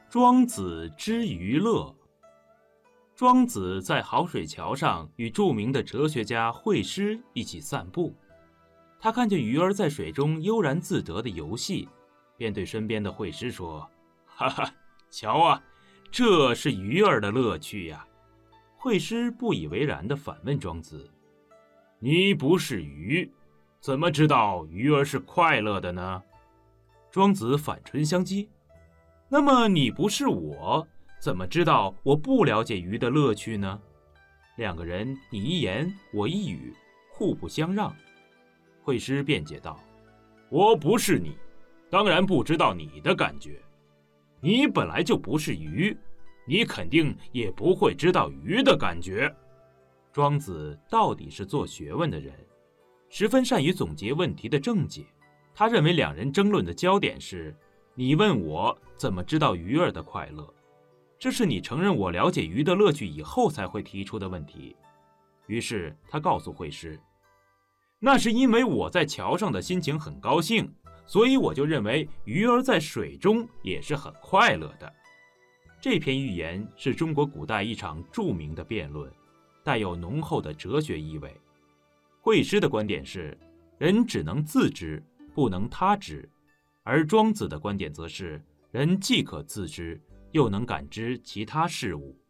庄子之娱乐。庄子在好水桥上与著名的哲学家惠施一起散步，他看见鱼儿在水中悠然自得的游戏，便对身边的惠施说：“哈哈，瞧啊，这是鱼儿的乐趣呀。”惠施不以为然地反问庄子：“你不是鱼，怎么知道鱼儿是快乐的呢？”庄子反唇相讥：“那么你不是我，怎么知道我不了解鱼的乐趣呢？”两个人你一言我一语，互不相让。惠施辩解道：“我不是你，当然不知道你的感觉。你本来就不是鱼，你肯定也不会知道鱼的感觉。”庄子到底是做学问的人，十分善于总结问题的正解。他认为两人争论的焦点是：你问我怎么知道鱼儿的快乐，这是你承认我了解鱼的乐趣以后才会提出的问题。于是他告诉惠施：“那是因为我在桥上的心情很高兴，所以我就认为鱼儿在水中也是很快乐的。”这篇寓言是中国古代一场著名的辩论，带有浓厚的哲学意味。惠施的观点是，人只能自知，不能他知，而庄子的观点则是，人既可自知，又能感知其他事物。